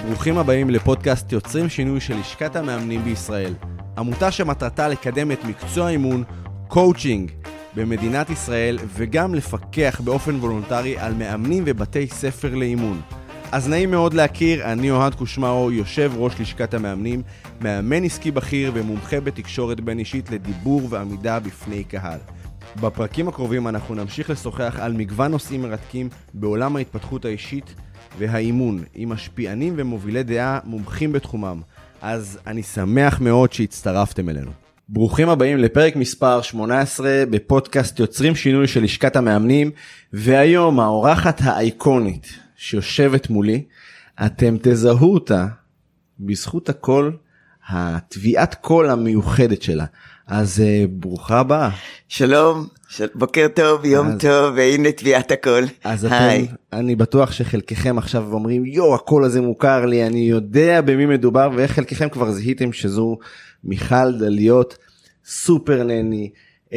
ברוכים הבאים לפודקאסט יוצרים שינוי של לשכת המאמנים בישראל. עמותה שמטרתה לקדם את מקצוע האימון, קואוצ'ינג, במדינת ישראל, וגם לפקח באופן וולונטרי על מאמנים ובתי ספר לאימון. אז נעים מאוד להכיר, אני אוהד קושמרו, יושב ראש לשכת המאמנים, מאמן עסקי בכיר ומומחה בתקשורת בין אישית לדיבור ועמידה בפני קהל. בפרקים הקרובים אנחנו נמשיך לשוחח על מגוון נושאים מרתקים בעולם ההתפתחות האישית והאימון, עם משפיענים ומובילי דעה מומחים בתחומם. אז אני שמח מאוד שהצטרפתם אלינו. ברוכים הבאים לפרק מספר 18 בפודקאסט יוצרים שינוי של לשכת המאמנים, והיום האורחת האייקונית שיושבת מולי, אתם תזהו אותה בזכות הקול, התביעת קול המיוחדת שלה. אז ברוכה הבאה. שלום, בוקר טוב, יום טוב, והנה תביעת הקול. אז אתם, אני בטוח שחלקכם עכשיו אומרים, הקול הזה מוכר לי, אני יודע במי מדובר, וחלקכם כבר זיהיתם שזו מיכל דליות, סופר נני,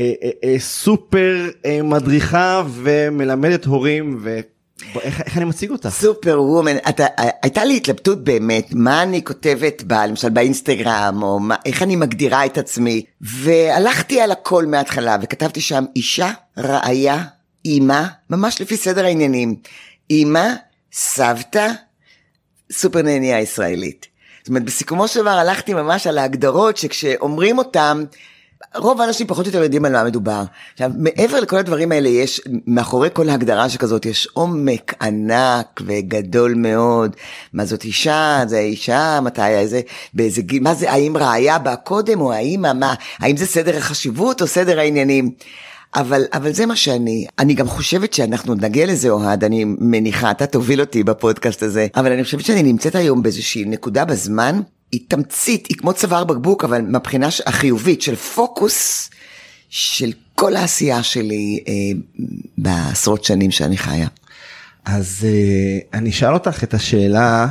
סופר מדריכה ומלמדת הורים, איך אני מציג אותה? סופר וומן. הייתה לי התלבטות באמת, מה אני כותבת למשל באינסטגרם, או איך אני מגדירה את עצמי, והלכתי על הכל מההתחלה, וכתבתי שם אישה, רעיה, אמא, ממש לפי סדר העניינים, אמא, סבתא, סופר נני הישראלית. זאת אומרת, בסיכומו של דבר הלכתי ממש על ההגדרות, שכשאומרים אותם, רוב האנשים פחות או יותר יודעים על מה מדובר. עכשיו, מעבר לכל הדברים האלה, יש, מאחורי כל ההגדרה שכזאת, יש עומק ענק וגדול מאוד. מה זאת אישה? זה אישה? מתי? באיזה גיל? מה זה? האם רעיה בא קודם או האם זה סדר החשיבות או סדר העניינים? אבל זה מה אני גם חושבת שאנחנו נגיע לזה, אוהד, אני מניחה, אתה תוביל אותי בפודקאסט הזה, אבל אני חושבת שאני נמצאת היום באיזושהי נקודה בזמן, היא תמצית, היא כמו צוואר בקבוק, אבל מבחינה החיובית של פוקוס של כל העשייה שלי בעשרות שנים שאני חיה. אז אני אשאל אותך את השאלה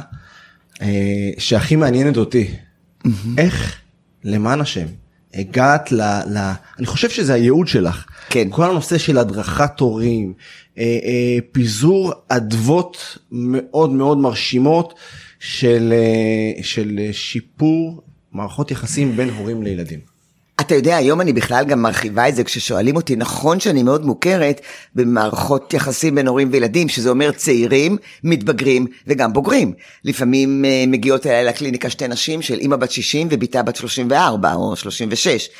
שהכי מעניינת אותי. איך, למען השם, הגעת אני חושב שזה הייעוד שלך. כן. כל הנושא של הדרכת הורים, פיזור אדוות מאוד מאוד מרשימות, של שיפור מערכות יחסים בין הורים לילדים. אתה יודע, היום אני בכלל גם מרחיבה את זה, כששואלים אותי, נכון שאני מאוד מוכרת במערכות יחסים בין הורים וילדים, שזה אומר צעירים, מתבגרים וגם בוגרים. לפעמים מגיעות אליי לקליניקה שתי נשים של אמא בת 60 וביתה בת 34 או 36.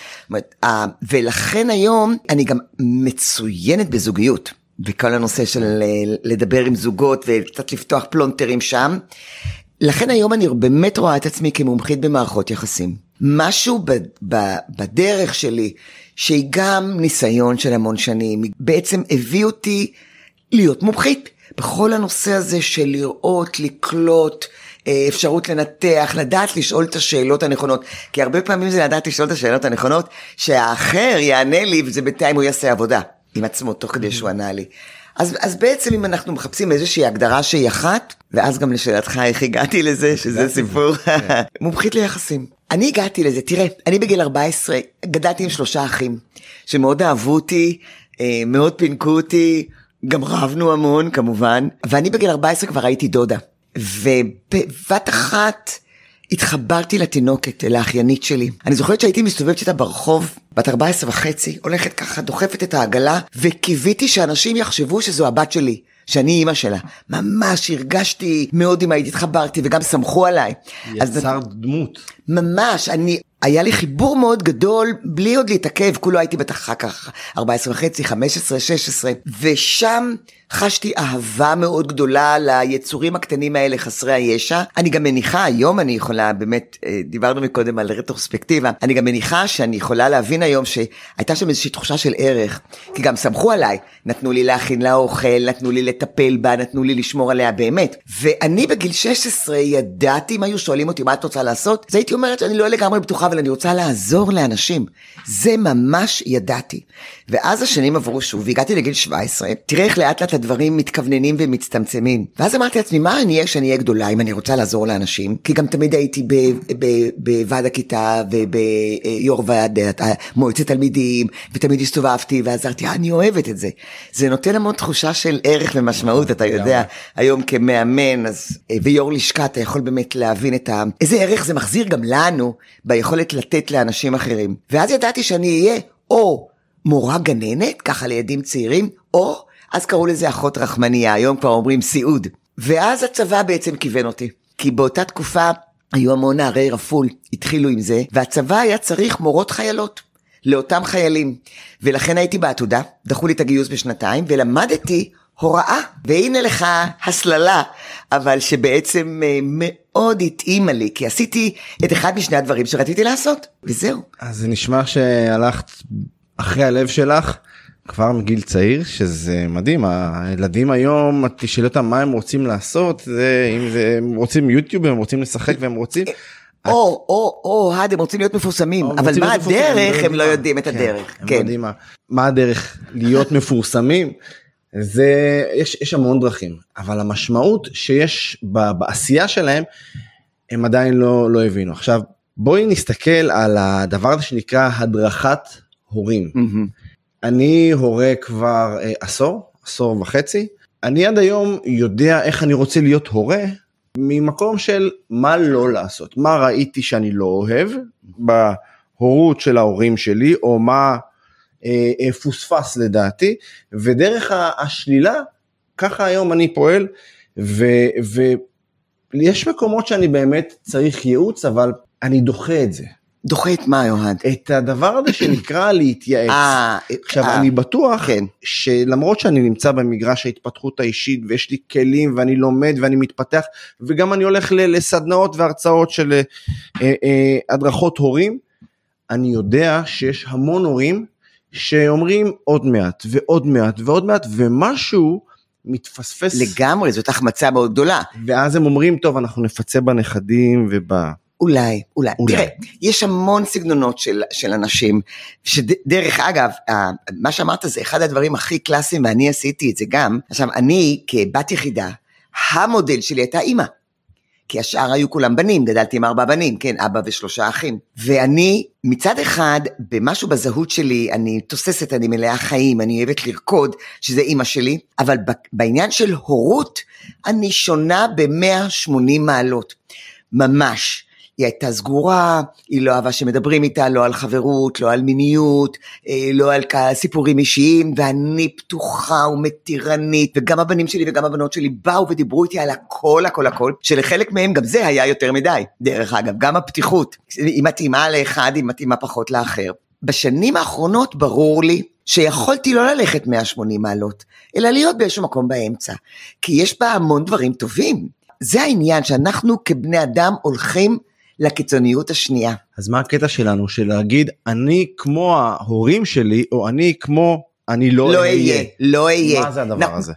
ולכן היום אני גם מצוינת בזוגיות. בכל הנושא של לדבר עם זוגות וקצת לפתוח פלונטרים שם. לכן היום אני באמת רואה את עצמי כמומחית במערכות יחסים. משהו בדרך שלי, שהיא גם ניסיון של המון שנים, בעצם הביא אותי להיות מומחית. בכל הנושא הזה של לראות, לקלוט, אפשרות לנתח, לדעת לשאול את השאלות הנכונות. כי הרבה פעמים זה לדעת לשאול את השאלות הנכונות, שהאחר יענה לי, וזה בינתיים הוא יעשה עבודה עם עצמו, תוך כדי שהוא ענה לי. אז בעצם אם אנחנו מחפשים איזושהי הגדרה שהיא אחת, ואז גם לשאלתך איך הגעתי לזה, שזה סיפור מומחית ליחסים. אני הגעתי לזה, תראה, אני בגיל 14 גדלתי עם 3 אחים, שמאוד אהבו אותי, מאוד פינקו אותי, גם רבנו המון כמובן, ואני בגיל 14 כבר הייתי דודה, ובבת אחת התחברתי לתינוקת, לאחיינית שלי. אני זוכרת שהייתי מסתובבת איתה ברחוב, בת 14 וחצי, הולכת ככה, דוחפת את העגלה, וקיוויתי שאנשים יחשבו שזו הבת שלי, שאני אימא שלה. ממש הרגשתי מאוד אם הייתי, התחברתי, וגם סמכו עליי. יצר דמות. ממש, היה לי חיבור מאוד גדול, בלי עוד להתעכב, כולו הייתי בטח אחר כך 14 וחצי, 15, 16, ושם חשתי אהבה מאוד גדולה ליצורים הקטנים האלה, חסרי הישע. אני גם מניחה, היום אני יכולה, באמת, דיברנו מקודם על רטרוספקטיבה, אני גם מניחה שאני יכולה להבין היום שהייתה שם איזושהי תחושה של ערך, כי גם סמכו עליי, נתנו לי להכין לה אוכל, נתנו לי לטפל בה, נתנו לי לשמור עליה באמת. ואני בגיל 16 ידעתי, אם היו שואלים אותי מה את רוצה לעשות, זה הייתי אומרת שאני לא לגמרי בטוחה, אבל אני רוצה לעזור לאנשים. זה ממש ידעתי. ואז השנים עברו שוב, והגעתי לגיל 17, תראה איך לאט לאט הדברים מתכווננים ומצטמצמים. ואז אמרתי לעצמי, מה אני אהיה כשאני אהיה גדולה, אם אני רוצה לעזור לאנשים? כי גם תמיד הייתי בוועד הכיתה וביו"ר ועד מועצת תלמידים, ותמיד הסתובבתי ועזרתי, אני אוהבת את זה. זה נותן המון תחושה של ערך ומשמעות, אתה יודע, היום כמאמן, ויו"ר לשכה, אתה יכול באמת להבין איזה ערך זה מחזיר גם לנו, ביכולת לתת לאנשים אחרים. ואז ידעתי שאני אהיה או מורה גננת, ככה לילדים צעירים, או, אז קראו לזה אחות רחמניה, היום כבר אומרים סיעוד. ואז הצבא בעצם כיוון אותי, כי באותה תקופה היו המון נערי רפול, התחילו עם זה, והצבא היה צריך מורות חיילות, לאותם חיילים, ולכן הייתי בעתודה, דחו לי את הגיוס בשנתיים, ולמדתי הוראה, והנה לך הסללה, אבל שבעצם מאוד התאימה לי, כי עשיתי את אחד משני הדברים שרציתי לעשות, וזהו. אז זה נשמע שהלכת אחרי הלב שלך, כבר מגיל צעיר, שזה מדהים, הילדים היום, תשאל אותם מה הם רוצים לעשות, אם הם רוצים יוטיוב, הם רוצים לשחק והם רוצים... הם רוצים להיות מפורסמים, אבל מה הדרך, הם לא יודעים את הדרך. הם לא יודעים מה הדרך להיות מפורסמים, יש המון דרכים, אבל המשמעות שיש בעשייה שלהם, הם עדיין לא הבינו. עכשיו, בואי נסתכל על הדבר הזה שנקרא הדרכת הורים. אני הורה כבר עשור וחצי, אני עד היום יודע איך אני רוצה להיות הורה, ממקום של מה לא לעשות, מה ראיתי שאני לא אוהב, בהורות של ההורים שלי, או מה פוספס לדעתי, ודרך השלילה, ככה היום אני פועל, ויש מקומות שאני באמת צריך ייעוץ, אבל אני דוחה את זה. דוחה את מה, יוהד? את הדבר הזה שנקרא להתייעץ. עכשיו, אני בטוח שלמרות שאני נמצא במגרש ההתפתחות האישית, ויש לי כלים ואני לומד ואני מתפתח, וגם אני הולך לסדנאות והרצאות של הדרכות הורים, אני יודע שיש המון הורים שאומרים עוד מעט ועוד מעט ועוד מעט, ומשהו מתפספס. לגמרי, זאת החמצה מאוד גדולה. ואז הם אומרים, טוב, אנחנו נפצה בנכדים אולי. תראה, יש המון סגנונות של אנשים, שדרך אגב, מה שאמרת זה אחד הדברים הכי קלאסיים, ואני עשיתי את זה גם. עכשיו, אני כבת יחידה, המודל שלי הייתה אימא, כי השאר היו כולם בנים, גדלתי עם 4 בנים, כן, אבא ו3 אחים, ואני מצד אחד, במשהו בזהות שלי, אני תוססת, אני מלאה חיים, אני אוהבת לרקוד, שזה אימא שלי, אבל בעניין של הורות, אני שונה ב-180 מעלות, ממש. היא הייתה סגורה, היא לא אהבה שמדברים איתה, לא על חברות, לא על מיניות, לא על סיפורים אישיים, ואני פתוחה ומתירנית, וגם הבנים שלי וגם הבנות שלי באו ודיברו איתי על הכל, שלחלק מהם גם זה היה יותר מדי, דרך אגב, גם הפתיחות, היא מתאימה לאחד, היא מתאימה פחות לאחר. בשנים האחרונות ברור לי, שיכולתי לא ללכת 180 מעלות, אלא להיות באיזשהו מקום באמצע, כי יש בה המון דברים טובים. זה העניין שאנחנו כבני אדם הולכים לקיצוניות השנייה. אז מה הקטע שלנו? של להגיד, אני כמו ההורים שלי, או אני כמו, אני לא אהיה. לא אהיה. מה זה הדבר הזה?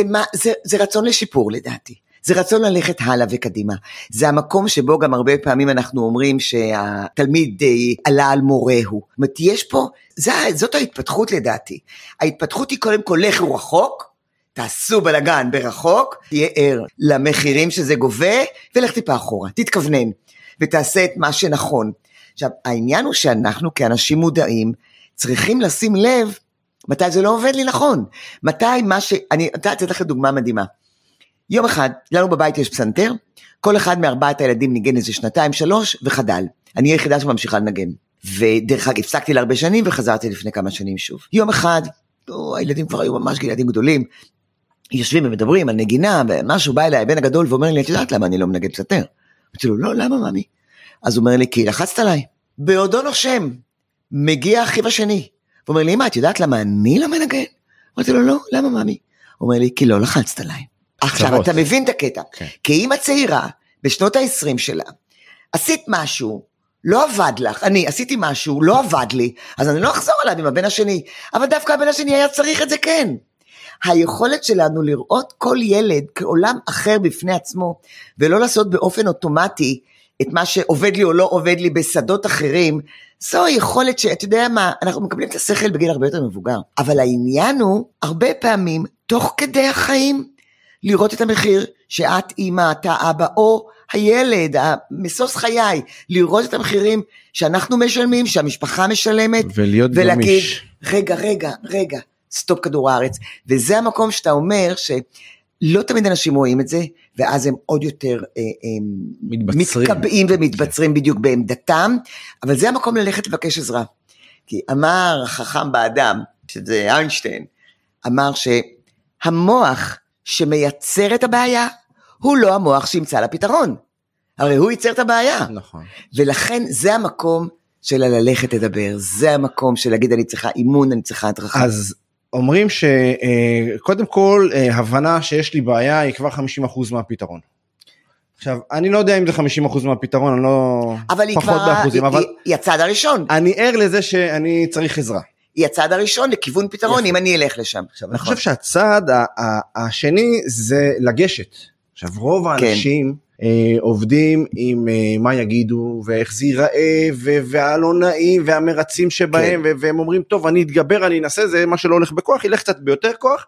זה רצון לשיפור לדעתי. זה רצון ללכת הלאה וקדימה. זה המקום שבו גם הרבה פעמים אנחנו אומרים שהתלמיד עלה על מורהו. זאת אומרת, יש פה, זאת ההתפתחות לדעתי. ההתפתחות היא קודם כל לכו רחוק, תעשו בלגן ברחוק, תהיה ער למחירים שזה גובה, ולך טיפה אחורה, תתכוונן, ותעשה את מה שנכון. עכשיו, העניין הוא שאנחנו כאנשים מודעים, צריכים לשים לב, מתי זה לא עובד לי נכון, מתי מה אני אתן לך דוגמה מדהימה, יום אחד, לנו בבית יש פסנתר, כל אחד מארבעת הילדים ניגן איזה 2-3 וחדל, אני היחידה שממשיכה לנגן, ודרך אגב, הפסקתי להרבה שנים, וחזרתי לפני כמה שנים שוב, יום אחד, הילדים כבר היו ממש ילדים גדולים, יושבים ומדברים על נגינה, ומשהו בא אליי, הבן הגדול, ואומר לי, את יודעת למה אני לא מנגן פסנתר? אמרתי לו, לא, למה מאמי? אז הוא אומר לי, כי לחצת עליי. בעודו נושם, מגיע אחיו השני, הוא אומר לי, אמא, את יודעת למה אני לא מנגן? אמרתי לו, לא, למה מאמי? הוא אומר לי, כי לא לחצת עליי. עכשיו, אתה מבין את הקטע, כי אמא צעירה, בשנות ה-20 שלה, עשית משהו, לא עבד לך, אני עשיתי משהו, לא עבד לי, אז אני לא אחזור עליו עם הבן השני, אבל דווקא הבן השני היה צריך את זה כן. היכולת שלנו לראות כל ילד כעולם אחר בפני עצמו, ולא לעשות באופן אוטומטי את מה שעובד לי או לא עובד לי בשדות אחרים, זו היכולת שאתה יודע מה, אנחנו מקבלים את השכל בגיל הרבה יותר מבוגר, אבל העניין הוא, הרבה פעמים תוך כדי החיים, לראות את המחיר שאת אמא, אתה אבא, או הילד, המסוס חיי, לראות את המחירים שאנחנו משלמים, שהמשפחה משלמת, ולהיות גמיש. רגע, סטופ כדור הארץ, וזה המקום שאתה אומר שלא תמיד אנשים רואים את זה, ואז הם עוד יותר מתקבעים ומתבצרים בדיוק בעמדתם, אבל זה המקום ללכת לבקש עזרה, כי אמר חכם באדם, שזה איינשטיין, אמר שהמוח שמייצר את הבעיה, הוא לא המוח שימצא לפתרון, הרי הוא ייצר את הבעיה, נכון. ולכן זה המקום של ללכת לדבר, זה המקום של להגיד אני צריכה אימון, אני צריכה הדרכה. אז אומרים שקודם כל, הבנה שיש לי בעיה היא כבר 50% מהפתרון. עכשיו, אני לא יודע אם זה 50% מהפתרון, אני לא... אבל היא כבר, היא הצעד הראשון. אני ער לזה שאני צריך עזרה. היא הצעד הראשון לכיוון פתרון, אם אני אלך לשם. עכשיו, אני חושב שהצעד השני זה לגשת. עכשיו, רוב האנשים עובדים עם מה יגידו, ואיך זה ייראה, והלא נעים, והמרצים שבהם, והם אומרים, טוב, אני אתגבר, אני אנסה, זה מה שלא הולך בכוח, ילך קצת ביותר כוח,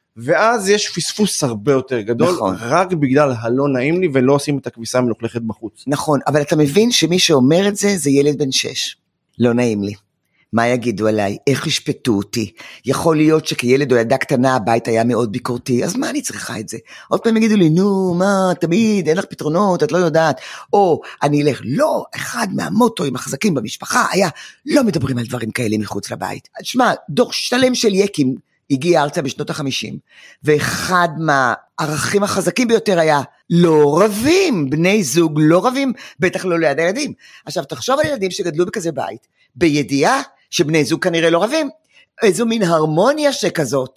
ואז יש פספוס הרבה יותר גדול, רק בגלל הלא נעים לי, ולא עושים את הכביסה המלוכלכת בחוץ. נכון, אבל אתה מבין שמי שאומר את זה, זה ילד בן 6. לא נעים לי. מה יגידו עליי? איך ישפטו אותי? יכול להיות שכילד או ילדה קטנה הבית היה מאוד ביקורתי, אז מה אני צריכה את זה? עוד פעם יגידו לי, נו, מה, תמיד, אין לך פתרונות, את לא יודעת, או אני אלך, לא, אחד מהמוטואים החזקים במשפחה היה, לא מדברים על דברים כאלה מחוץ לבית. שמע, דור שלם של יקים הגיע ארצה בשנות ה-50, ואחד מהערכים החזקים ביותר היה, לא רבים, בני זוג לא רבים, בטח לא ליד הילדים. עכשיו, תחשוב על ילדים שגדלו בכזה בית, בידיעה שבני זוג כנראה לא רבים, איזו מין הרמוניה שכזאת,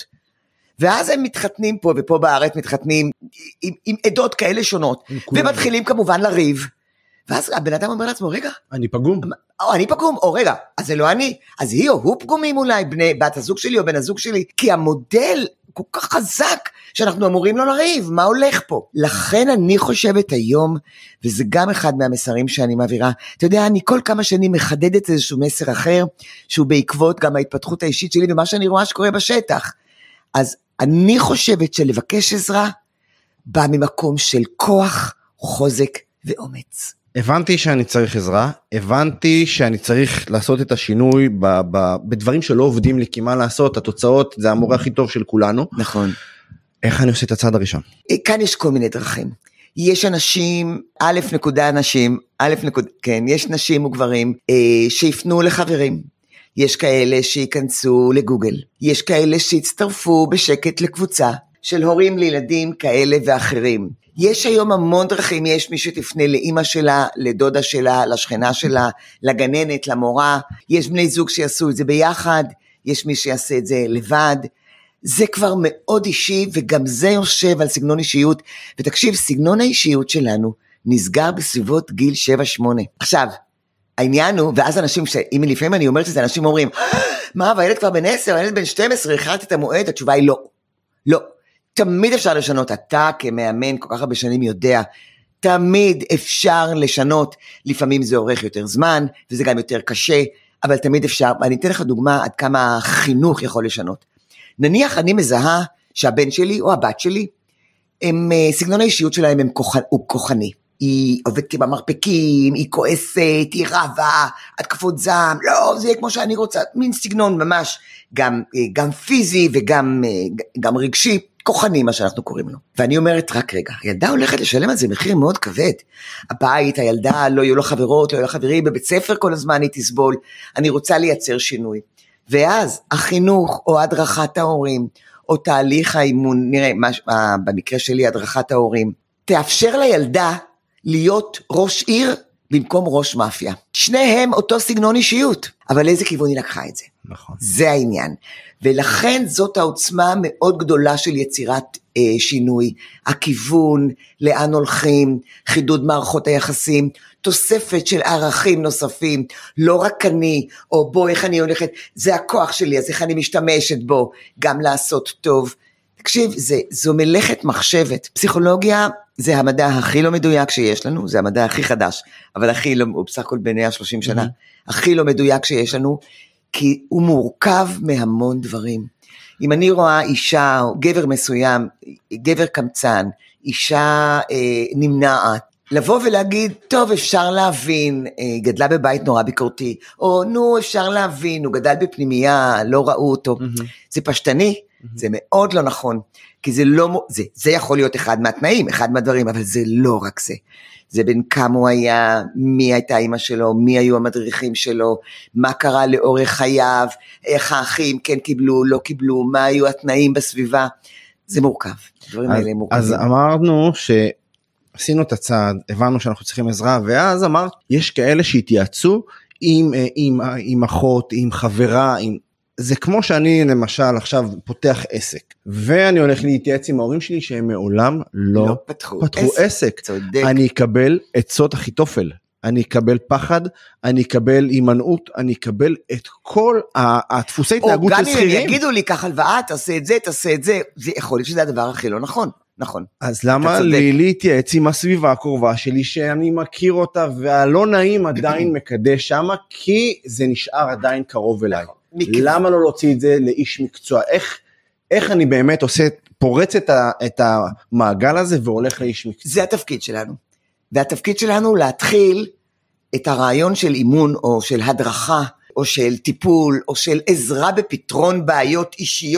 ואז הם מתחתנים פה, ופה בארץ מתחתנים עם עדות כאלה שונות, ומתחילים כמובן לריב, ואז הבן אדם אומר לעצמו, רגע, אני פגום. אני פגום, או רגע, אז זה לא אני, אז היא או הוא פגומים אולי, בת הזוג שלי או בן הזוג שלי, כי המודל כל כך חזק, שאנחנו אמורים לא לריב, מה הולך פה? לכן אני חושבת היום, וזה גם אחד מהמסרים שאני מעבירה, אתה יודע, אני כל כמה שנים מחדדת איזשהו מסר אחר, שהוא בעקבות גם ההתפתחות האישית שלי, ומה שאני רואה שקורה בשטח. אז אני חושבת שלבקש עזרה, בא ממקום של כוח, חוזק ואומץ. הבנתי שאני צריך עזרה, הבנתי שאני צריך לעשות את השינוי בדברים שלא עובדים לי, כי מה לעשות, התוצאות זה המורה הכי טוב של כולנו. נכון. איך אני עושה את הצעד הראשון? כאן יש כל מיני דרכים. יש אנשים, כן, יש נשים וגברים שיפנו לחברים. יש כאלה שיכנסו לגוגל. יש כאלה שיצטרפו בשקט לקבוצה של הורים לילדים כאלה ואחרים. יש היום המון דרכים, יש מי שתפנה לאמא שלה, לדודה שלה, לשכנה שלה, לגננת, למורה, יש בני זוג שיעשו את זה ביחד, יש מי שיעשה את זה לבד, זה כבר מאוד אישי, וגם זה יושב על סגנון אישיות, ותקשיב, סגנון האישיות שלנו נסגר בסביבות גיל 7-8. עכשיו, העניין הוא, ואז אנשים, אם לפעמים אני אומרת את זה, אנשים אומרים, מה, והילד כבר בן 10, הילד בן 12, הכרתי את המועד, התשובה היא לא, לא. תמיד אפשר לשנות, אתה כמאמן כל כך הרבה שנים יודע, תמיד אפשר לשנות, לפעמים זה אורך יותר זמן, וזה גם יותר קשה, אבל תמיד אפשר, אני אתן לך דוגמה עד כמה חינוך יכול לשנות. נניח אני מזהה שהבן שלי או הבת שלי, סגנון האישיות שלהם הוא כוחני, היא עובדת במרפקים, היא כועסת, היא רבה, התקפות זעם, לא, זה יהיה כמו שאני רוצה, מין סגנון ממש, גם פיזי וגם רגשי, כוחני מה שאנחנו קוראים לו. ואני אומרת רק רגע, הילדה הולכת לשלם על זה מחיר מאוד כבד. הבית, הילדה, לא יהיו לו חברות, לא יהיו לו חברים, בבית ספר כל הזמן היא תסבול. אני רוצה לייצר שינוי. ואז החינוך או הדרכת ההורים, או תהליך האימון, נראה, במקרה שלי הדרכת ההורים, תאפשר לילדה להיות ראש עיר במקום ראש מאפיה. שניהם אותו סגנון אישיות, אבל לאיזה כיוון היא לקחה את זה? נכון. זה העניין. ולכן זאת העוצמה מאוד גדולה של יצירת שינוי, הכיוון, לאן הולכים, חידוד מערכות היחסים, תוספת של ערכים נוספים, לא רק אני, או בו איך אני הולכת, זה הכוח שלי, אז איך אני משתמשת בו, גם לעשות טוב. תקשיב, זו מלאכת מחשבת. פסיכולוגיה זה המדע הכי לא מדויק שיש לנו, זה המדע הכי חדש, אבל הכי לא, הוא בסך הכל בין 130 שנה, הכי לא מדויק שיש לנו, כי הוא מורכב מהמון דברים. אם אני רואה אישה, או גבר מסוים, גבר קמצן, אישה נמנעת, לבוא ולהגיד, טוב, אפשר להבין, גדלה בבית נורא ביקורתי, או נו, אפשר להבין, הוא גדל בפנימייה, לא ראו אותו, זה פשטני, זה מאוד לא נכון, כי זה לא, זה יכול להיות אחד מהתנאים, אחד מהדברים, אבל זה לא רק זה. זה בין כמה הוא היה, מי הייתה אמא שלו, מי היו המדריכים שלו, מה קרה לאורך חייו, איך האחים כן קיבלו, לא קיבלו, מה היו התנאים בסביבה, זה מורכב, הדברים האלה מורכבים. אז אמרנו שעשינו את הצעד, הבנו שאנחנו צריכים עזרה, ואז אמרת, יש כאלה שהתייעצו עם אחות, עם חברה, זה כמו שאני למשל עכשיו פותח עסק, ואני הולך להתייעץ עם ההורים שלי שהם מעולם לא פתחו עסק. צודק. אני אקבל עצות אחיתופל, אני אקבל פחד, אני אקבל הימנעות, אני אקבל את כל הדפוסי התנהגות של שכירים. או גם אם יגידו לי ככה הלוואה, תעשה את זה, זה יכול להיות שזה הדבר הכי לא נכון. נכון. אז למה לי להתייעץ עם הסביבה הקרובה שלי שאני מכיר אותה, והלא נעים עדיין מקדש שמה, כי זה נשאר עדיין קרוב אליי. למה לא להוציא את זה לאיש מקצוע? איך אני באמת פורץ את המעגל הזה והולך לאיש מקצוע? זה התפקיד שלנו. והתפקיד שלנו להתחיל את הרעיון של אימון או של הדרכה או של טיפול או של עזרה בפתרון בעיות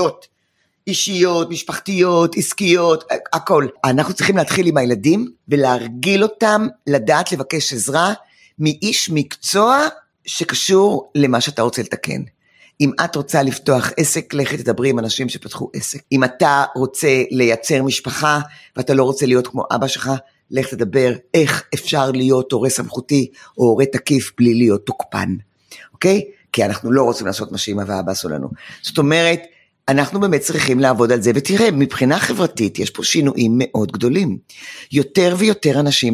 אישיות, משפחתיות, עסקיות, הכל. אנחנו צריכים להתחיל עם הילדים ולהרגיל אותם לדעת לבקש עזרה מאיש מקצוע שקשור למה שאתה רוצה לתקן. אם את רוצה לפתוח עסק, לכי תדברי עם אנשים שפתחו עסק. אם אתה רוצה לייצר משפחה, ואתה לא רוצה להיות כמו אבא שלך, לך תדבר איך אפשר להיות הורה סמכותי, או הורה תקיף בלי להיות תוקפן. אוקיי? כי אנחנו לא רוצים לעשות מה שאמא ואבא עשו לנו. זאת אומרת, אנחנו באמת צריכים לעבוד על זה, ותראה, מבחינה חברתית, יש פה שינויים מאוד גדולים. יותר ויותר אנשים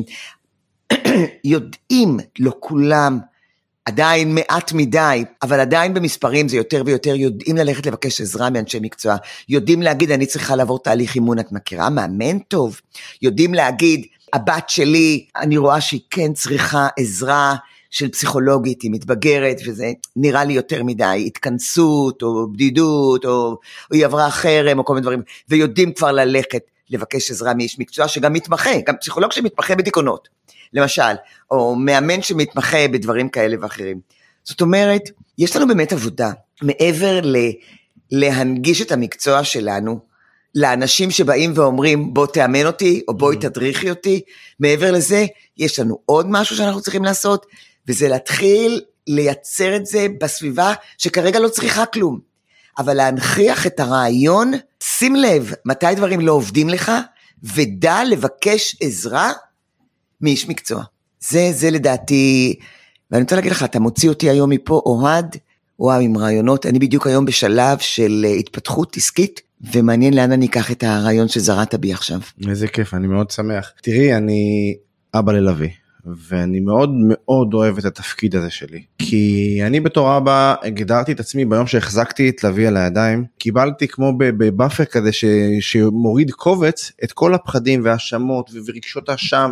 יודעים, לא כולם, עדיין מעט מדי, אבל עדיין במספרים זה יותר ויותר, יודעים ללכת לבקש עזרה מאנשי מקצוע, יודעים להגיד, אני צריכה לעבור תהליך אימון, את מכירה, מאמן טוב, יודעים להגיד, הבת שלי, אני רואה שהיא כן צריכה עזרה של פסיכולוגית, היא מתבגרת, וזה נראה לי יותר מדי, התכנסות, או בדידות, או היא עברה חרם, או כל מיני דברים, ויודעים כבר ללכת לבקש עזרה מאיש מקצוע, שגם מתמחה, גם פסיכולוג שמתמחה בדיכאונות, למשל, או מאמן שמתמחה בדברים כאלה ואחרים. זאת אומרת, יש לנו באמת עבודה, מעבר להנגיש את המקצוע שלנו, לאנשים שבאים ואומרים, בוא תאמן אותי, או בואי תדריכי אותי, מעבר לזה, יש לנו עוד משהו שאנחנו צריכים לעשות, וזה להתחיל לייצר את זה בסביבה, שכרגע לא צריכה כלום, אבל להנכיח את הרעיון, שים לב, מתי דברים לא עובדים לך, ודע לבקש עזרה, מאיש מקצוע. זה לדעתי, ואני רוצה להגיד לך, אתה מוציא אותי היום מפה, אוהד, וואו, עם רעיונות, אני בדיוק היום בשלב של התפתחות עסקית, ומעניין לאן אני אקח את הרעיון שזרעת בי עכשיו. איזה כיף, אני מאוד שמח. תראי, אני אבא ללוי, ואני מאוד מאוד אוהב את התפקיד הזה שלי, כי אני בתור אבא הגדרתי את עצמי ביום שהחזקתי את לוי על הידיים, קיבלתי כמו בבאפר כזה שמוריד קובץ את כל הפחדים והאשמות ורגשות האשם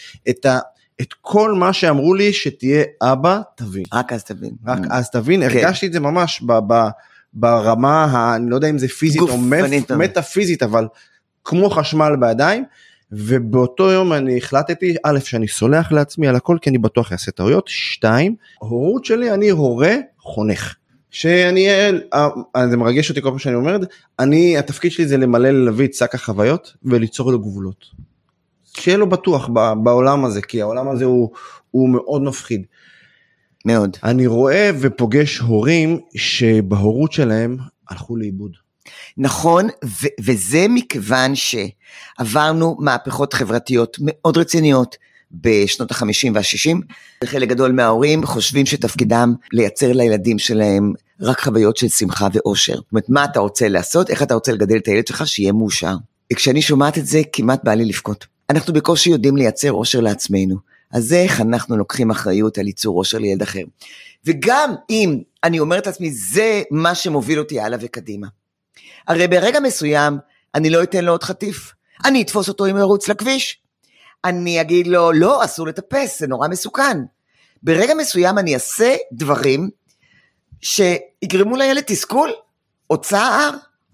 את כל מה שאמרו לי שתהיה אבא תבין. רק אז תבין. רק אז תבין, הרגשתי את זה ממש ברמה, אני לא יודע אם זה פיזית או מטאפיזית, אבל כמו חשמל בידיים, ובאותו יום אני החלטתי, א', שאני סולח לעצמי על הכל, כי אני בטוח יעשה טעויות, 2, הורות שלי, אני הורה חונך, שאני, זה מרגש אותי כל פעם שאני אומר, התפקיד שלי זה למלא ללוי את שק החוויות, וליצור לו גבולות, שיהיה לו בטוח בעולם הזה, כי העולם הזה הוא מאוד מפחיד. מאוד. אני רואה ופוגש הורים, שבהורות שלהם הלכו לאיבוד. נכון, וזה מכיוון שעברנו מהפכות חברתיות מאוד רציניות בשנות ה-50 וה-60, וחלק גדול מההורים חושבים שתפקידם לייצר לילדים שלהם רק חוויות של שמחה ואושר. זאת אומרת, מה אתה רוצה לעשות, איך אתה רוצה לגדל את הילד שלך שיהיה מאושר. כשאני שומעת את זה, כמעט בא לי לבכות. אנחנו בקושי יודעים לייצר אושר לעצמנו, אז איך אנחנו לוקחים אחריות על ייצור אושר לילד אחר. וגם אם אני אומרת לעצמי, זה מה שמוביל אותי הלאה וקדימה. הרי ברגע מסוים, אני לא אתן לו עוד חטיף. אני אתפוס אותו אם ירוץ לכביש. אני אגיד לו, לא, אסור לטפס, זה נורא מסוכן. ברגע מסוים אני אעשה דברים, שיגרמו לילד תסכול, או צער,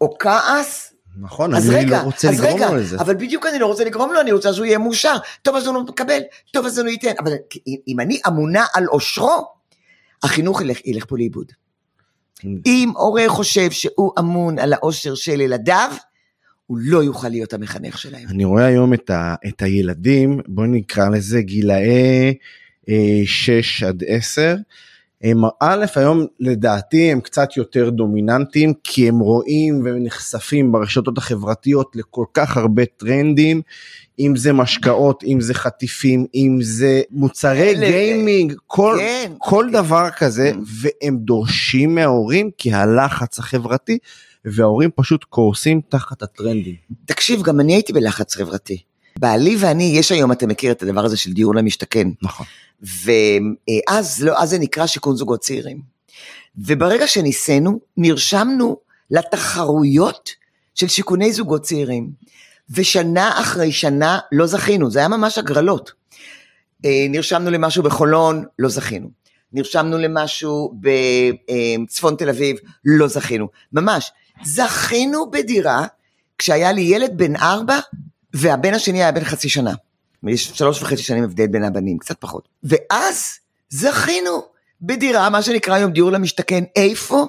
או כעס, נכון, אני לא רוצה לגרום לו לזה. אבל בדיוק אני לא רוצה לגרום לו, אני רוצה שהוא יהיה מאושר, טוב אז הוא לא מקבל, טוב אז הוא לא ייתן, אבל אם אני אמונה על אושרו, החינוך ילך פה לאיבוד. אם הורה חושב שהוא אמון על האושר של ילדיו, הוא לא יוכל להיות המחנך שלהם. אני רואה היום את הילדים, בואו נקרא לזה גילאי 6 עד 10, הם א', היום לדעתי הם קצת יותר דומיננטיים, כי הם רואים ונחשפים ברשתות החברתיות לכל כך הרבה טרנדים, אם זה משקאות, אם זה חטיפים, אם זה מוצרי גיימינג, כל דבר כזה, והם דורשים מההורים, כי הלחץ החברתי, וההורים פשוט קורסים תחת הטרנדים. תקשיב, גם אני הייתי בלחץ חברתי. בעלי ואני, יש היום, אתה מכיר את הדבר הזה של דיור למשתכן. נכון. ואז זה נקרא שיכון זוגות צעירים. וברגע שניסינו, נרשמנו לתחרויות של שיכוני זוגות צעירים. ושנה אחרי שנה לא זכינו, זה היה ממש הגרלות. נרשמנו למשהו בחולון, לא זכינו. נרשמנו למשהו בצפון תל אביב, לא זכינו. ממש, זכינו בדירה, כשהיה לי ילד בן 4, והבן השני היה בן חצי שנה. יש 3.5 שנים הבדל בין הבנים, קצת פחות. ואז זכינו בדירה, מה שנקרא היום דיור למשתכן, איפה?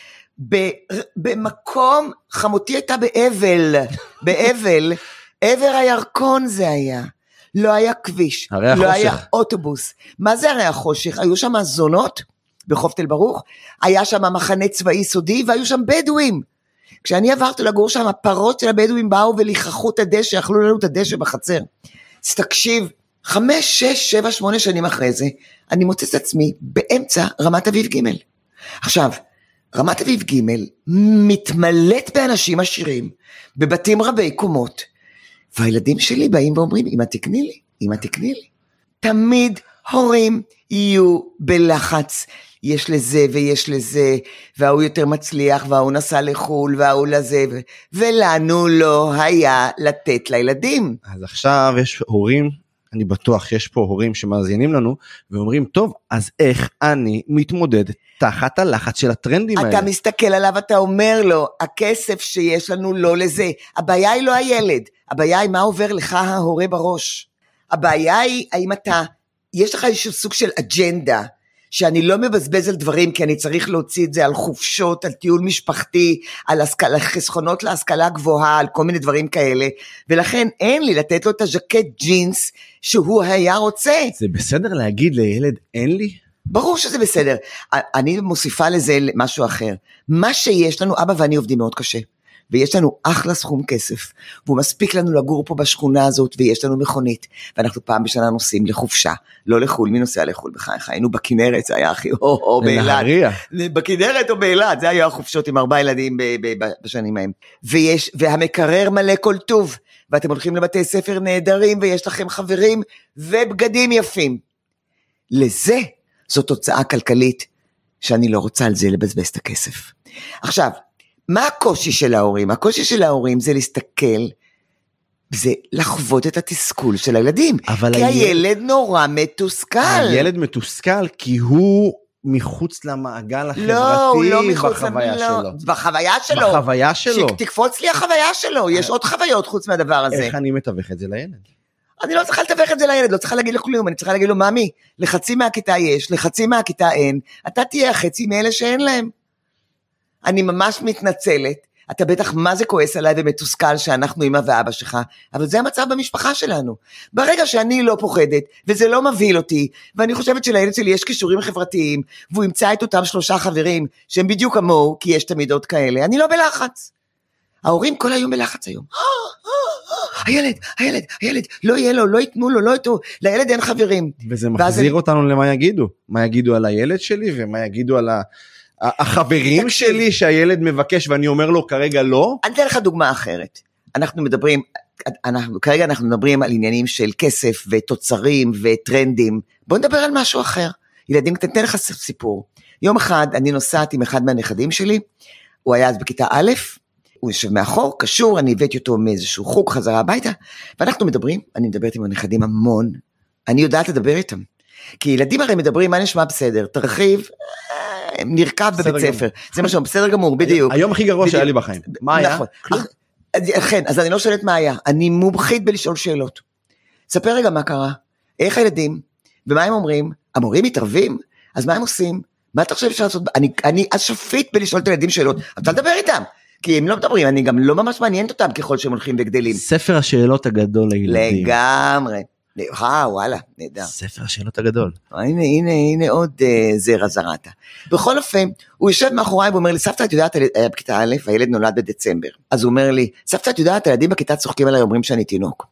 במקום, חמותי הייתה באבל, עבר הירקון זה היה. לא היה כביש, לא היה אוטובוס. מה זה הרי החושך? היו שם זונות בחוף תל ברוך, היה שם מחנה צבאי סודי, והיו שם בדואים. כשאני עברתי לגור שם, הפרות של הבדואים באו וליחכו את הדשא, אכלו לנו את הדשא בחצר. אז תקשיב, 5, 6, 7, 8 שנים אחרי זה, אני מוצא את עצמי באמצע רמת אביב ג'. עכשיו, רמת אביב ג' מתמלאת באנשים עשירים, בבתים רבי קומות, והילדים שלי באים ואומרים, אמא תקני לי, אמא תקני לי. תמיד הורים יהיו בלחץ, יש לזה ויש לזה, והוא יותר מצליח, והוא נסע לחול, והוא לזה, ולנו לא היה לתת לילדים. אז עכשיו יש הורים, אני בטוח שיש פה הורים שמאזינים לנו, ואומרים, טוב, אז איך אני מתמודד תחת הלחץ של הטרנדים האלה? אתה מסתכל עליו, אתה אומר לו, הכסף שיש לנו לא לזה, הבעיה היא לא הילד, הבעיה היא מה עובר לך ההורה בראש, הבעיה היא, האם אתה, יש לך איזשהו סוג של אג'נדה, שאני לא מבזבז על דברים, כי אני צריך להוציא את זה על חופשות, על טיול משפחתי, על חסכונות להשכלה גבוהה, על כל מיני דברים כאלה, ולכן אין לי לתת לו את הז'קט ג'ינס, שהוא היה רוצה. זה בסדר להגיד לילד, אין לי? ברור שזה בסדר. אני מוסיפה לזה משהו אחר. מה שיש לנו, אבא ואני עובדים מאוד קשה, ויש לנו אחלה סכום כסף, והוא מספיק לנו לגור פה בשכונה הזאת, ויש לנו מכונית, ואנחנו פעם בשנה נוסעים לחופשה, לא לחול, מי נוסע לחול בחייך? היינו בכנרת, זה היה הכי, או באילת, בכנרת או באילת, זה היה החופשות עם 4 ילדים בשנים ההם, והמקרר מלא כל טוב, ואתם הולכים לבתי ספר נהדרים, ויש לכם חברים, ובגדים יפים. לזה, זו תוצאה כלכלית, שאני לא רוצה על זה לבזבז את הכסף. עכשיו, מה הקושי של ההורים? הקושי של ההורים זה להסתכל, זה לחוות את התסכול של הילדים, כי הילד נורא מתוסכל. הילד מתוסכל כי הוא מחוץ למעגל החברתי, לא מחוץ בחוויה שלו. בחוויה שלו. שתקפוץ לי החוויה שלו, יש עוד חוויות חוץ מהדבר הזה. איך אני מתווך את זה לילד? אני לא צריכה לתווך את זה לילד, לא צריכה להגיד לו כלום, אני צריכה להגיד לו, ממי, לחצי מהכיתה יש, לחצי מהכיתה אין, אתה תהיה החצי מאלה שאין להם. אני ממש מתנצלת, אתה בטח מה זה כועס עליי ומתוסכל שאנחנו אמא ואבא שלך, אבל זה המצב במשפחה שלנו. ברגע שאני לא פוחדת, וזה לא מבהיל אותי, ואני חושבת שלילד שלי יש קישורים חברתיים, והוא ימצא את אותם 3 חברים, שהם בדיוק כמוהו, כי יש תמיד עוד כאלה, אני לא בלחץ. ההורים כל היום בלחץ היום. הילד, לא יהיה לו, לא ייתנו לו, לא ייתנו, לילד אין חברים. וזה מחזיר אותנו למה יגידו, מה יגידו על הילד שלי, ומה יגידו על החברים שלי שהילד מבקש ואני אומר לו כרגע לא. אני אתן לך דוגמה אחרת. כרגע אנחנו מדברים על עניינים של כסף ותוצרים וטרנדים. בוא נדבר על משהו אחר. ילדים, תתן לך סיפור. יום אחד אני נוסעת עם אחד מהנכדים שלי, הוא היה אז בכיתה א', הוא יושב מאחור, קשור, אני הבאתי אותו מאיזשהו חוג חזרה הביתה, ואנחנו מדברים, אני מדברת עם הנכדים המון, אני יודעת לדבר איתם. כי ילדים הרי מדברים, מה נשמע בסדר, תרחיב, נרכב בבית ספר. זה משהו, בסדר גמור, בדיוק. היום הכי גרוע שהיה לי בחיים. מה היה? כן, אז אני לא שואלת מה היה. אני מומחית בלשאול שאלות. ספר רגע מה קרה. איך הילדים, ומה הם אומרים? המורים מתערבים? אז מה הם עושים? מה אתה חושב אפשר לעשות? אני אשפית בלשאול את הילדים שאלות. אתה תדבר איתם. כי הם לא מדברים, אני גם לא ממש מעניינת אותם ככל שהם הולכים וגדלים. ספר השאלות הגדול לילדים. לגמרי. וואלה, נהדר. ספר השאלות הגדול. הנה עוד זרע זרעת. בכל אופן, הוא יושב מאחוריי ואומר לי, סבתא, את יודעת, היה בכיתה א', הילד נולד בדצמבר. אז הוא אומר לי, סבתא, את יודעת, הילדים בכיתה צוחקים עליי, אומרים שאני תינוק.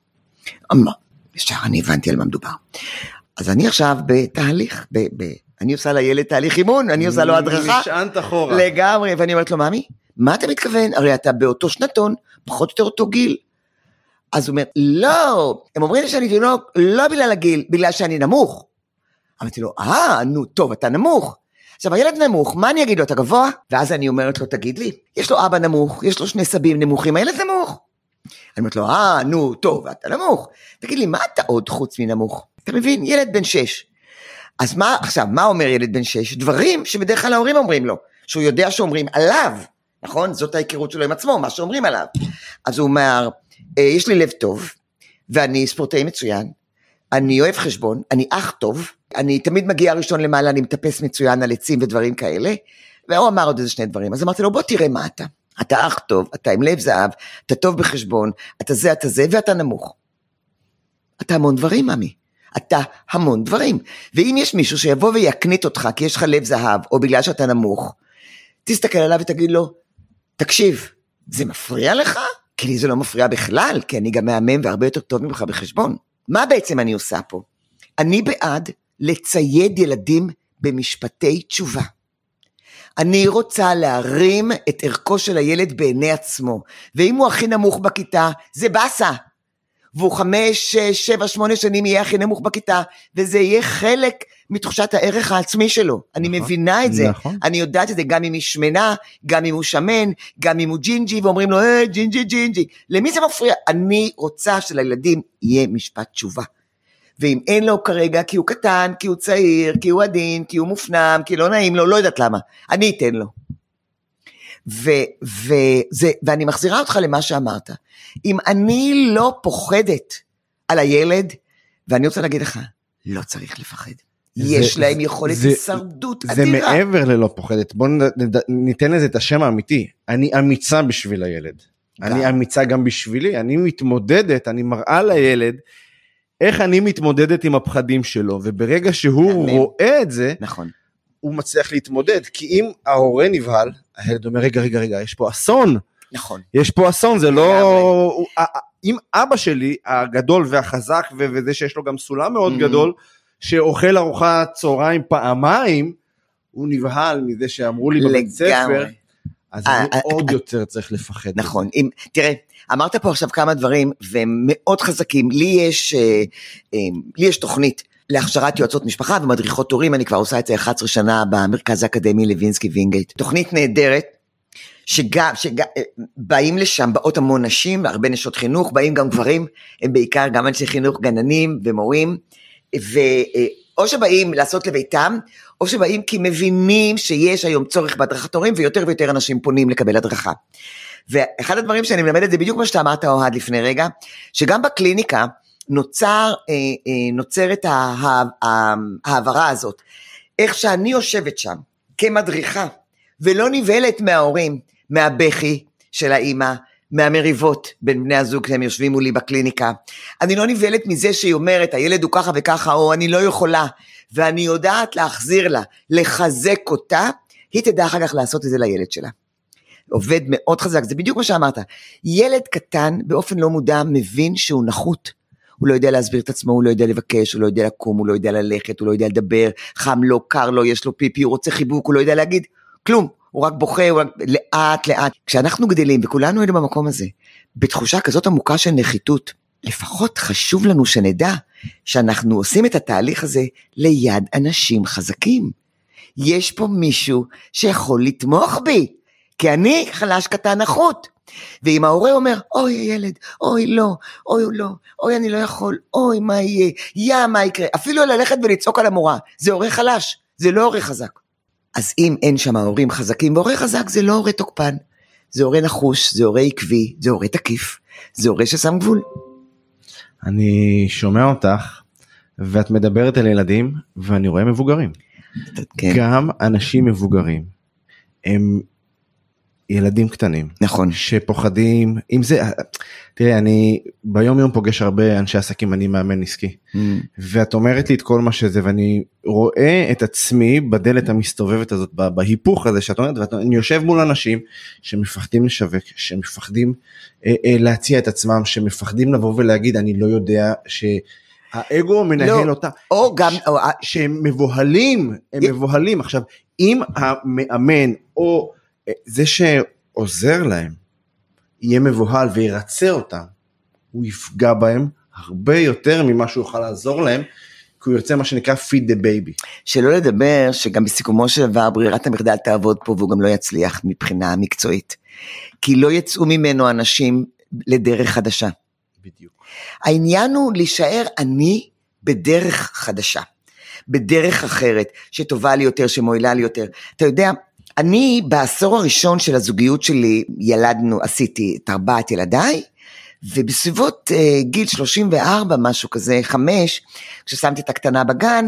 ישר אני הבנתי על מה מדובר. אז אני עכשיו בתהליך, אני עושה לילד תהליך אימון, אני עושה לו הדרכה. נשענת אחורה. לגמרי, ואני אומרת לו, ממי, מה אתה מתכוון? הרי אתה באותו שנתון, פחות או יותר אותו גיל. אז הוא אומר, לא, הם אומרים לי שאני תינוק, לא בגלל הגיל, בגלל שאני נמוך. אמרתי לו, נו, טוב, אתה נמוך. עכשיו, הילד נמוך, מה אני אגיד לו, אתה גבוה? ואז אני אומרת לו, תגיד לי, יש לו אבא נמוך, יש לו שני סבים נמוכים, הילד נמוך. אני אומרת לו, נו, טוב, אתה נמוך. תגיד לי, מה אתה עוד חוץ מנמוך? אתה מבין, ילד בן 6. אז עכשיו, מה אומר ילד בן 6? דברים שבדרך כלל ההורים אומרים לו, שהוא יודע שאומרים עליו, נכון? זאת ההיכרות שלו עם עצמו, מה שאומרים עליו. אז הוא אומר, יש לי לב טוב, ואני ספורטאי מצוין, אני אוהב חשבון, אני אח טוב, אני תמיד מגיע ראשון למעלה, אני מטפס מצוין על עצים ודברים כאלה, והוא אמר עוד איזה שני דברים, אז אמרתי לו, בוא תראה מה אתה, אתה אח טוב, אתה עם לב זהב, אתה טוב בחשבון, אתה זה, ואתה נמוך. אתה המון דברים, ממי, אתה המון דברים, ואם יש מישהו שיבוא ויקנית אותך, כי יש לך לב זהב, או בגלל שאתה נמוך, תסתכל עליו ותגיד לו, תקשיב, זה מפריע לך? כי לי זה לא מפריע בכלל, כי אני גם מאמן והרבה יותר טוב ממך בחשבון. מה בעצם אני עושה פה? אני בעד לצייד ילדים במשפטי תשובה. אני רוצה להרים את ערכו של הילד בעיני עצמו, ואם הוא הכי נמוך בכיתה, זה בסה. והוא 5, 6, 7, 8 שנים יהיה הכי נמוך בכיתה, וזה יהיה חלק מתחושת הערך העצמי שלו. אני מבינה את זה. אני יודעת את זה גם אם היא שמנה, גם אם הוא שמן, גם אם הוא ג'ינג'י, ואומרים לו, ג'ינג'י. למי זה מפריע? אני רוצה שלילדים יהיה משפט תשובה. ואם אין לו כרגע, כי הוא קטן, כי הוא צעיר, כי הוא עדין, כי הוא מופנם, כי לא נעים לו, לא יודעת למה. אני אתן לו. ואני מחזירה אותך למה שאמרת. אם אני לא פוחדת על הילד, ואני רוצה להגיד לך, לא צריך לפחד. יש להם יכולת הישרדות אדירה. זה מעבר ללא פוחדת. בואו ניתן לזה את השם האמיתי. אני אמיצה בשביל הילד. אני אמיצה גם בשבילי. אני מתמודדת, אני מראה לילד, איך אני מתמודדת עם הפחדים שלו, וברגע שהוא רואה את זה, נכון. הוא מצליח להתמודד, כי אם ההורה נבהל, הילד אומר, רגע, יש פה אסון. נכון. יש פה אסון, זה לא... אם אבא שלי, הגדול והחזק, וזה שיש לו גם סולם מאוד גדול, שאוכל ארוחת צהריים פעמיים, הוא נבהל מזה שאמרו לי בבית ספר, אז אני עוד יותר צריך לפחד. נכון. תראה, אמרת פה עכשיו כמה דברים, והם מאוד חזקים. לי יש תוכנית, להכשרת יועצות משפחה ומדריכות הורים, אני כבר עושה את זה 11 שנה במרכז האקדמי לוינסקי וינגייט. תוכנית נהדרת, באים לשם, באות המון נשים, הרבה נשות חינוך, באים גם גברים, הם בעיקר גם אנשי חינוך, גננים ומורים, או שבאים לעשות לביתם, או שבאים כי מבינים שיש היום צורך בהדרכת הורים, ויותר ויותר אנשים פונים לקבל הדרכה. ואחד הדברים שאני מלמדת, זה בדיוק מה שאתה אמרת אוהד לפני רגע, שגם בקליניקה, נוצרת העברה הזאת, איך שאני יושבת שם, כמדריכה, ולא נבהלת מההורים, מהבכי של האמא, מהמריבות בין בני הזוג שהם יושבים מולי בקליניקה, אני לא נבהלת מזה שהיא אומרת, הילד הוא ככה וככה, או אני לא יכולה, ואני יודעת להחזיר לה, לחזק אותה, היא תדע אחר כך לעשות את זה לילד שלה. עובד מאוד חזק, זה בדיוק מה שאמרת, ילד קטן באופן לא מודע מבין שהוא נחות, הוא לא יודע להסביר את עצמו, הוא לא יודע לבקש, הוא לא יודע לקום, הוא לא יודע ללכת, הוא לא יודע לדבר, חם לו, קר לו, יש לו פיפי, הוא רוצה חיבוק, הוא לא יודע להגיד כלום, הוא רק בוכה, הוא רק לאט לאט. כשאנחנו גדלים, וכולנו היינו במקום הזה, בתחושה כזאת עמוקה של נחיתות, לפחות חשוב לנו שנדע, שאנחנו עושים את התהליך הזה ליד אנשים חזקים. יש פה מישהו שיכול לתמוך בי, כי אני חלש קטן נחות. ואם ההורה אומר, אוי ילד, אוי לא, אוי אני לא יכול, אוי מה יהיה, מה יקרה, אפילו ללכת ולצעוק על המורה, זה הורה חלש, זה לא הורה חזק. אז אם אין שם הורים חזקים, והורה חזק זה לא הורה תוקפן, זה הורה נחוש, זה הורה עקבי, זה הורה תקיף, זה הורה ששם גבול. אני שומע אותך, ואת מדברת על ילדים, ואני רואה מבוגרים. כן. גם אנשים מבוגרים, הם ילדים קטנים. נכון. שפוחדים, אם זה, תראה, אני ביום יום פוגש הרבה אנשי עסקים, אני מאמן עסקי. ואת אומרת לי את כל מה שזה, ואני רואה את עצמי בדלת המסתובבת הזאת, בהיפוך הזה שאת אומרת, ואני יושב מול אנשים שמפחדים לשווק, שמפחדים להציע את עצמם, שמפחדים לבוא ולהגיד, אני לא יודע שהאגו מנהל אותה. או גם, שהם מבוהלים, הם מבוהלים. עכשיו, אם המאמן או זה שעוזר להם, יהיה מבוהל וירצה אותם, הוא יפגע בהם הרבה יותר ממה שהוא יוכל לעזור להם, כי הוא ירצה מה שנקרא feed the baby. שלא לדבר שגם בסיכומו של דבר ברירת המחדל תעבוד פה, והוא גם לא יצליח מבחינה מקצועית. כי לא יצאו ממנו אנשים לדרך חדשה. בדיוק. העניין הוא להישאר אני בדרך חדשה, בדרך אחרת, שטובה לי יותר, שמועילה לי יותר. אתה יודע, אני בעשור הראשון של הזוגיות שלי, עשיתי את 4 ילדיי, ובסביבות גיל 34, משהו כזה, 5, כששמתי את הקטנה בגן,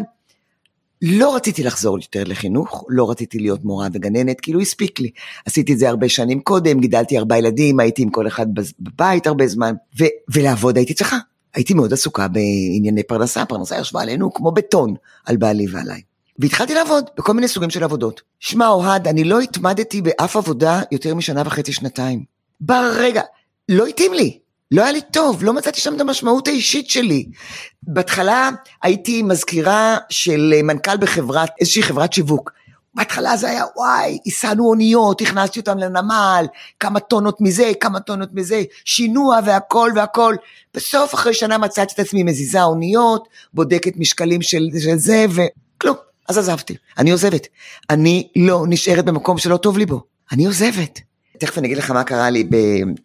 לא רציתי לחזור יותר לחינוך, לא רציתי להיות מורה וגננת, כאילו הספיק לי. עשיתי את זה הרבה שנים קודם, גידלתי 4 ילדים, הייתי עם כל אחד בבית הרבה זמן, ולעבוד הייתי צריכה. הייתי מאוד עסוקה בענייני פרנסה, פרנסה ישבה עלינו כמו בטון על בעלי ועליי. והתחלתי לעבוד בכל מיני סוגים של עבודות. שמע אוהד, אני לא התמדתי באף עבודה יותר משנה וחצי, שנתיים. ברגע, לא התאים לי, לא היה לי טוב, לא מצאתי שם את המשמעות האישית שלי. בהתחלה הייתי מזכירה של מנכ"ל איזושהי חברת שיווק. בהתחלה זה היה, וואי, עיסנו אוניות, הכנסתי אותם לנמל, כמה טונות מזה, שינוע והכל. בסוף אחרי שנה מצאתי את עצמי מזיזה אוניות, בודקת משקלים של זה וכלום. אז עזבתי, אני עוזבת, אני לא נשארת במקום שלא טוב לי בו, אני עוזבת. תכף אני אגיד לך מה קרה לי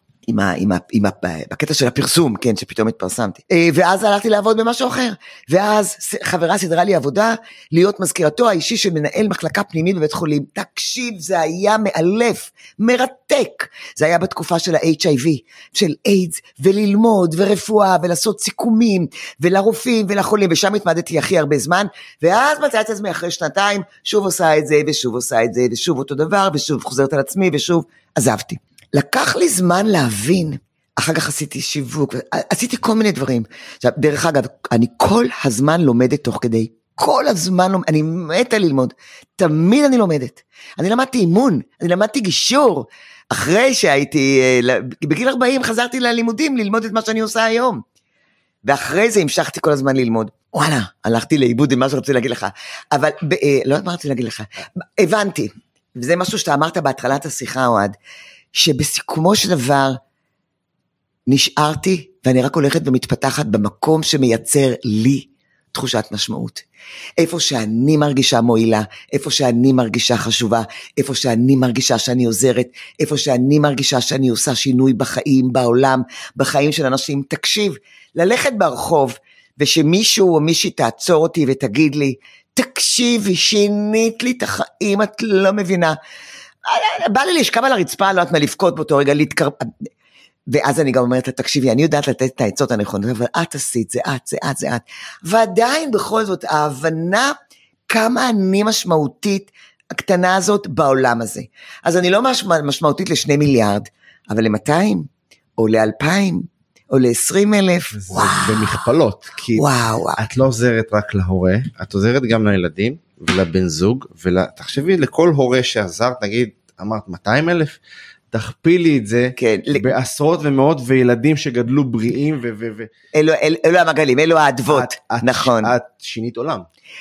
בקטע של הפרסום, כן, שפתאום התפרסמתי. ואז הלכתי לעבוד במשהו אחר, ואז חברה סדרה לי עבודה, להיות מזכירתו האישי של מנהל מחלקה פנימית בבית חולים. תקשיב, זה היה מאלף, מרתק. זה היה בתקופה של ה-HIV, של איידס, וללמוד, ורפואה, ולעשות סיכומים, ולרופאים, ולחולים, ושם התמדתי הכי הרבה זמן, ואז מצאתי את עצמי אחרי 2 שוב עושה את זה, ושוב עושה את זה, ושוב אותו דבר, ושוב חוזרת על עצמי, ושוב עזבתי. לקח לי זמן להבין, אחר כך עשיתי שיווק, עשיתי כל מיני דברים. עכשיו, דרך אגב, אני כל הזמן לומדת תוך כדי, כל הזמן, אני מתה ללמוד, תמיד אני לומדת. אני למדתי אימון, אני למדתי גישור, אחרי שהייתי, בגיל 40 חזרתי ללימודים, ללמוד את מה שאני עושה היום. ואחרי זה המשכתי כל הזמן ללמוד. וואלה, הלכתי לאיבוד עם מה שרציתי להגיד לך, אבל, לא יודעת מה רציתי להגיד לך, הבנתי, וזה משהו שאתה אמרת בהתחלת השיחה, אוהד, שבסיכומו של דבר נשארתי, ואני רק הולכת ומתפתחת במקום שמייצר לי תחושת משמעות. איפה שאני מרגישה מועילה, איפה שאני מרגישה חשובה, איפה שאני מרגישה שאני עוזרת, איפה שאני מרגישה שאני עושה שינוי בחיים, בעולם, בחיים של אנשים. תקשיב, ללכת ברחוב, ושמישהו או מישהי תעצור אותי ותגיד לי, תקשיבי, שינית לי את החיים, את לא מבינה. בא לי לשכב על הרצפה, לא יודעת מה לבכות באותו רגע, להתקרב, ואז אני גם אומרת לה, תקשיבי, אני יודעת לתת את העצות הנכונות, אבל את עשית, זה את. ועדיין בכל זאת, ההבנה כמה אני משמעותית, הקטנה הזאת בעולם הזה. אז אני לא משמעותית ל2 מיליארד, אבל ל200, או ל2,000, או ל20,000, זה במכפלות, כי את לא עוזרת רק להורה, את עוזרת גם לילדים, ולבן זוג, תחשבי לכל הורה שעזרת, נגיד, אמרת 200,000, תכפילי את זה, כן, בעשרות ומאות, וילדים שגדלו בריאים, אלו המגלים, אלו האדוות, נכון. את שינית עולם.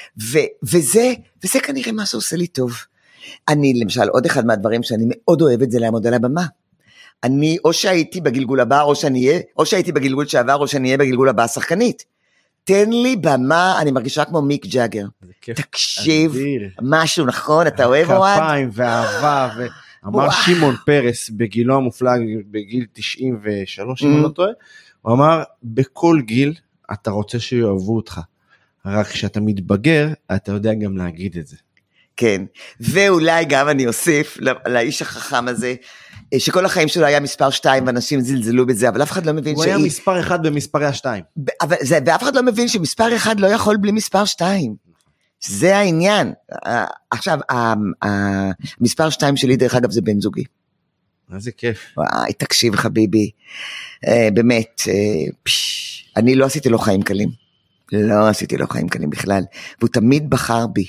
וזה כנראה מה שעושה לי טוב. אני, למשל, עוד אחד מהדברים שאני מאוד אוהבת, זה לעמוד על הבמה. אני, או שהייתי בגלגול הבא, או שהייתי בגלגול שעבר, או שאני אהיה בגלגול הבא שחקנית. תן לי במה, אני מרגישה כמו מיק ג'אגר. תקשיב, משהו נכון, אתה אוהב אוהד? כפיים ואהבה, ואמר שמעון פרס, בגילו המופלג, בגיל 93, אם אני לא טועה, הוא אמר, בכל גיל אתה רוצה שיאהבו אותך, רק כשאתה מתבגר, אתה יודע גם להגיד את זה. כן, ואולי גם אני אוסיף לאיש החכם הזה, שכל החיים שלו היה מספר 2, ואנשים זלזלו בזה, אבל אף אחד לא מבין הוא היה מספר 1 במספרי ה-2. ואף אחד לא מבין שמספר 1 לא יכול בלי מספר 2. זה העניין. עכשיו, המספר 2 שלי, דרך אגב, זה בן זוגי. איזה כיף. וואי, תקשיב חביבי, באמת, אני לא עשיתי לו חיים קלים. לא עשיתי לו חיים קלים בכלל, והוא תמיד בחר בי.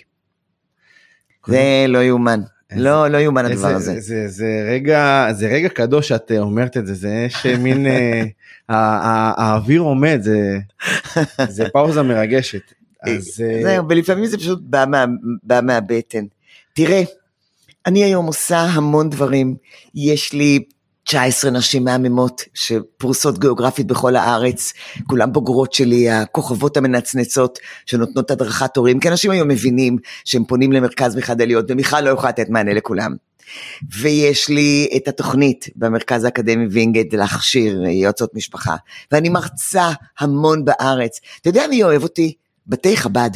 זה לא יאומן. לא יאומן הדבר הזה. זה רגע קדוש שאת אומרת את זה, זה שמין האוויר עומד, זה פאוזה מרגשת. זהו, ולפעמים זה פשוט בא מהבטן. תראה, אני היום עושה המון דברים, יש לי 19 נשים מהממות שפרוסות גיאוגרפית בכל הארץ, כולם בוגרות שלי, הכוכבות המנצנצות שנותנות הדרכת הורים, כי אנשים היום מבינים שהם פונים למרכז מיכל דליות, ומיכל לא יכולה לתת מענה לכולם. ויש לי את התוכנית במרכז האקדמי וינגייט להכשיר יועצות משפחה, ואני מרצה המון בארץ. אתה יודע מי אוהב אותי? בתי חב"ד.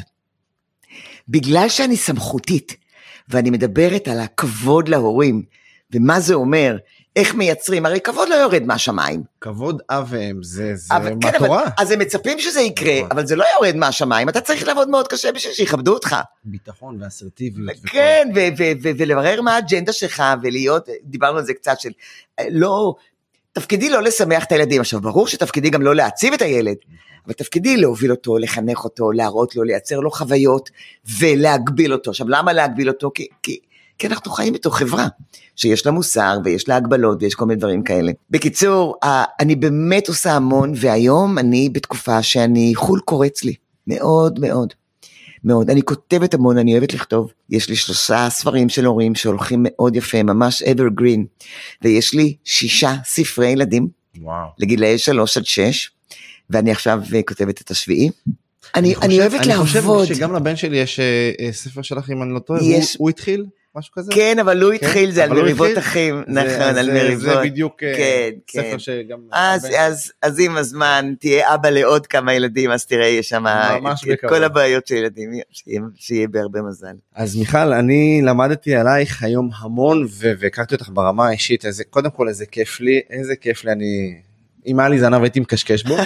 בגלל שאני סמכותית, ואני מדברת על הכבוד להורים, ומה זה אומר, איך מייצרים, הרי כבוד לא יורד מהשמיים. כבוד אב והם, זה מהתורה. אז הם מצפים שזה יקרה, אבל זה לא יורד מהשמיים, אתה צריך לעבוד מאוד קשה בשביל שיכבדו אותך. ביטחון ואסרטיביות. כן, ולברר מה האג'נדה שלך, ולהיות, דיברנו על זה קצת של, לא, תפקידי לא לשמח את הילדים, עכשיו ברור שתפקידי גם לא להציב את הילד, אבל תפקידי להוביל אותו, לחנך אותו, להראות לו, לייצר לו חוויות, ולהגביל אותו. עכשיו למה להגביל אותו? כי אנחנו חיים בתוך חברה, שיש לה מוסר, ויש לה הגבלות, ויש כל מיני דברים כאלה. בקיצור, אני באמת עושה המון, והיום אני בתקופה שאני חול קורץ לי, מאוד מאוד, מאוד. אני כותבת המון, אני אוהבת לכתוב, יש לי 3 ספרים של הורים, שהולכים מאוד יפה, ממש evergreen, ויש לי 6 ספרי ילדים, לגילאי 3-6, ואני עכשיו כותבת את 7. אני אוהבת לעבוד. אני חושב שגם לבן שלי יש ספר שלך, אם אני לא טועה, הוא התחיל? משהו כזה? כן, אבל הוא התחיל, זה על מריבות אחים, נכון, על מריבות. זה בדיוק ספר שגם... אז עם הזמן תהיה אבא לעוד כמה ילדים, אז תראה, יש שם את כל הבעיות של ילדים, שיהיה בהרבה מזל. אז מיכל, אני למדתי עלייך היום המון, והכרתי אותך ברמה האישית, קודם כל איזה כיף לי, אם היה לי זנב הייתי מקשקש בו,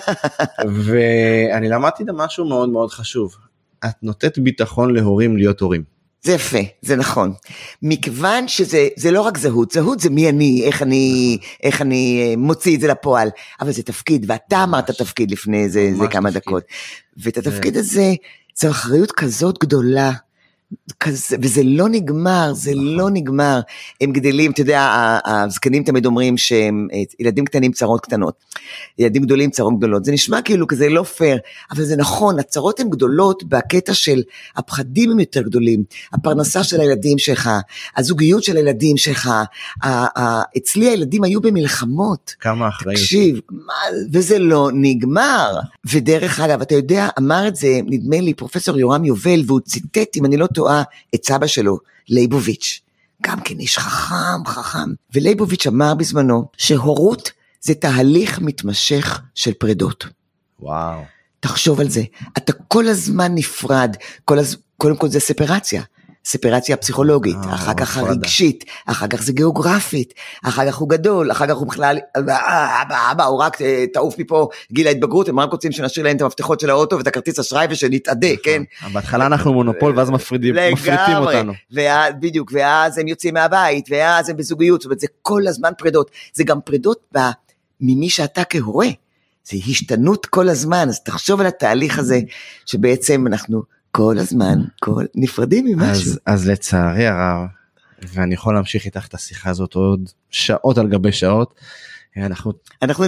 ואני למדתי גם משהו מאוד מאוד חשוב, את נותנת ביטחון להורים להיות הורים. זה יפה, זה נכון. מכיוון שזה לא רק זהות זה מי אני, איך אני מוציא את זה לפועל, אבל זה תפקיד, ואתה אמרת תפקיד לפני זה כמה דקות. ואת התפקיד הזה, זו אחריות כזאת גדולה, וזה לא נגמר, לא נגמר. הם גדלים, אתה יודע, הזקנים תמיד אומרים שהם ילדים קטנים צרות קטנות, ילדים גדולים צרות גדולות, זה נשמע כאילו כזה לא פייר, אבל זה נכון, הצרות הן גדולות בקטע של הפחדים הם יותר גדולים, הפרנסה של הילדים שלך, הזוגיות של הילדים שלך, אצלי הילדים היו במלחמות, כמה אחריות. תקשיב, וזה לא נגמר, ודרך אגב, אתה יודע, אמר את זה, נדמה לי, פרופסור יורם יובל, והוא ציטט, אם אני לא טועה, את סבא שלו, ליבוביץ', גם כן איש חכם, וליבוביץ' אמר בזמנו, שהורות זה תהליך מתמשך של פרדות. וואו. תחשוב על זה, אתה כל הזמן נפרד, קודם כל זה ספרציה פסיכולוגית, אחר כך הרגשית, אחר כך זה גיאוגרפית, אחר כך הוא גדול, אחר כך הוא בכלל, אבא, הוא רק תעוף מפה גיל ההתבגרות, הם רק רוצים שנשאיר להם את המפתחות של האוטו, ואת הכרטיס אשראי ושנתעדה, כן? בהתחלה אנחנו מונופול, ואז מפריטים אותנו. בדיוק, ואז הם יוצאים מהבית, ואז הם בזוגיות, זאת אומרת, זה כל הזמן פרדות, זה גם פרדות ממי שאתה כהורה, זה השתנות כל הזמן, אז תחשוב על התהליך הזה, שבעצם אנחנו כל הזמן, נפרדים ממשהו. אז לצערי הרב, ואני יכול להמשיך איתך את השיחה הזאת עוד שעות על גבי שעות, אנחנו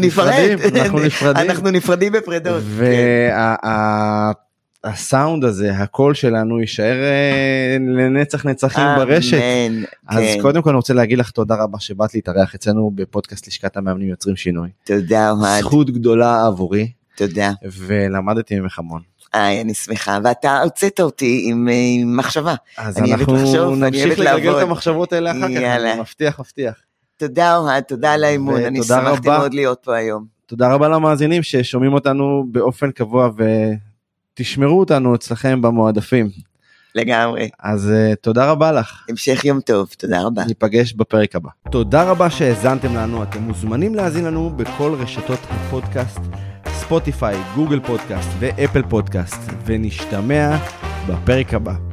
נפרדים בפרדות. והסאונד הזה, הקול שלנו יישאר לנצח נצחים ברשת. אז קודם כל אני רוצה להגיד לך תודה רבה שבאת להתארח אצלנו בפודקאסט לשכת המאמנים יוצרים שינוי. תודה אוהד. זכות גדולה עבורי. תודה. ולמדתי ממך המון. אני שמחה, ואתה הוצאת אותי עם מחשבה. אז אנחנו נמשיך לגלגל את המחשבות האלה אחר כך, אני מבטיח. תודה אוהד, תודה על האמון, אני שמחתי מאוד להיות פה היום. תודה רבה למאזינים ששומעים אותנו באופן קבוע, ותשמרו אותנו אצלכם במועדפים. לגמרי. אז תודה רבה לך. המשך יום טוב, תודה רבה. ניפגש בפרק הבא. תודה רבה שהאזנתם לנו, אתם מוזמנים להאזין לנו בכל רשתות הפודקאסט, ספוטיפיי, גוגל פודקאסט ואפל פודקאסט, ונשתמע בפרק הבא.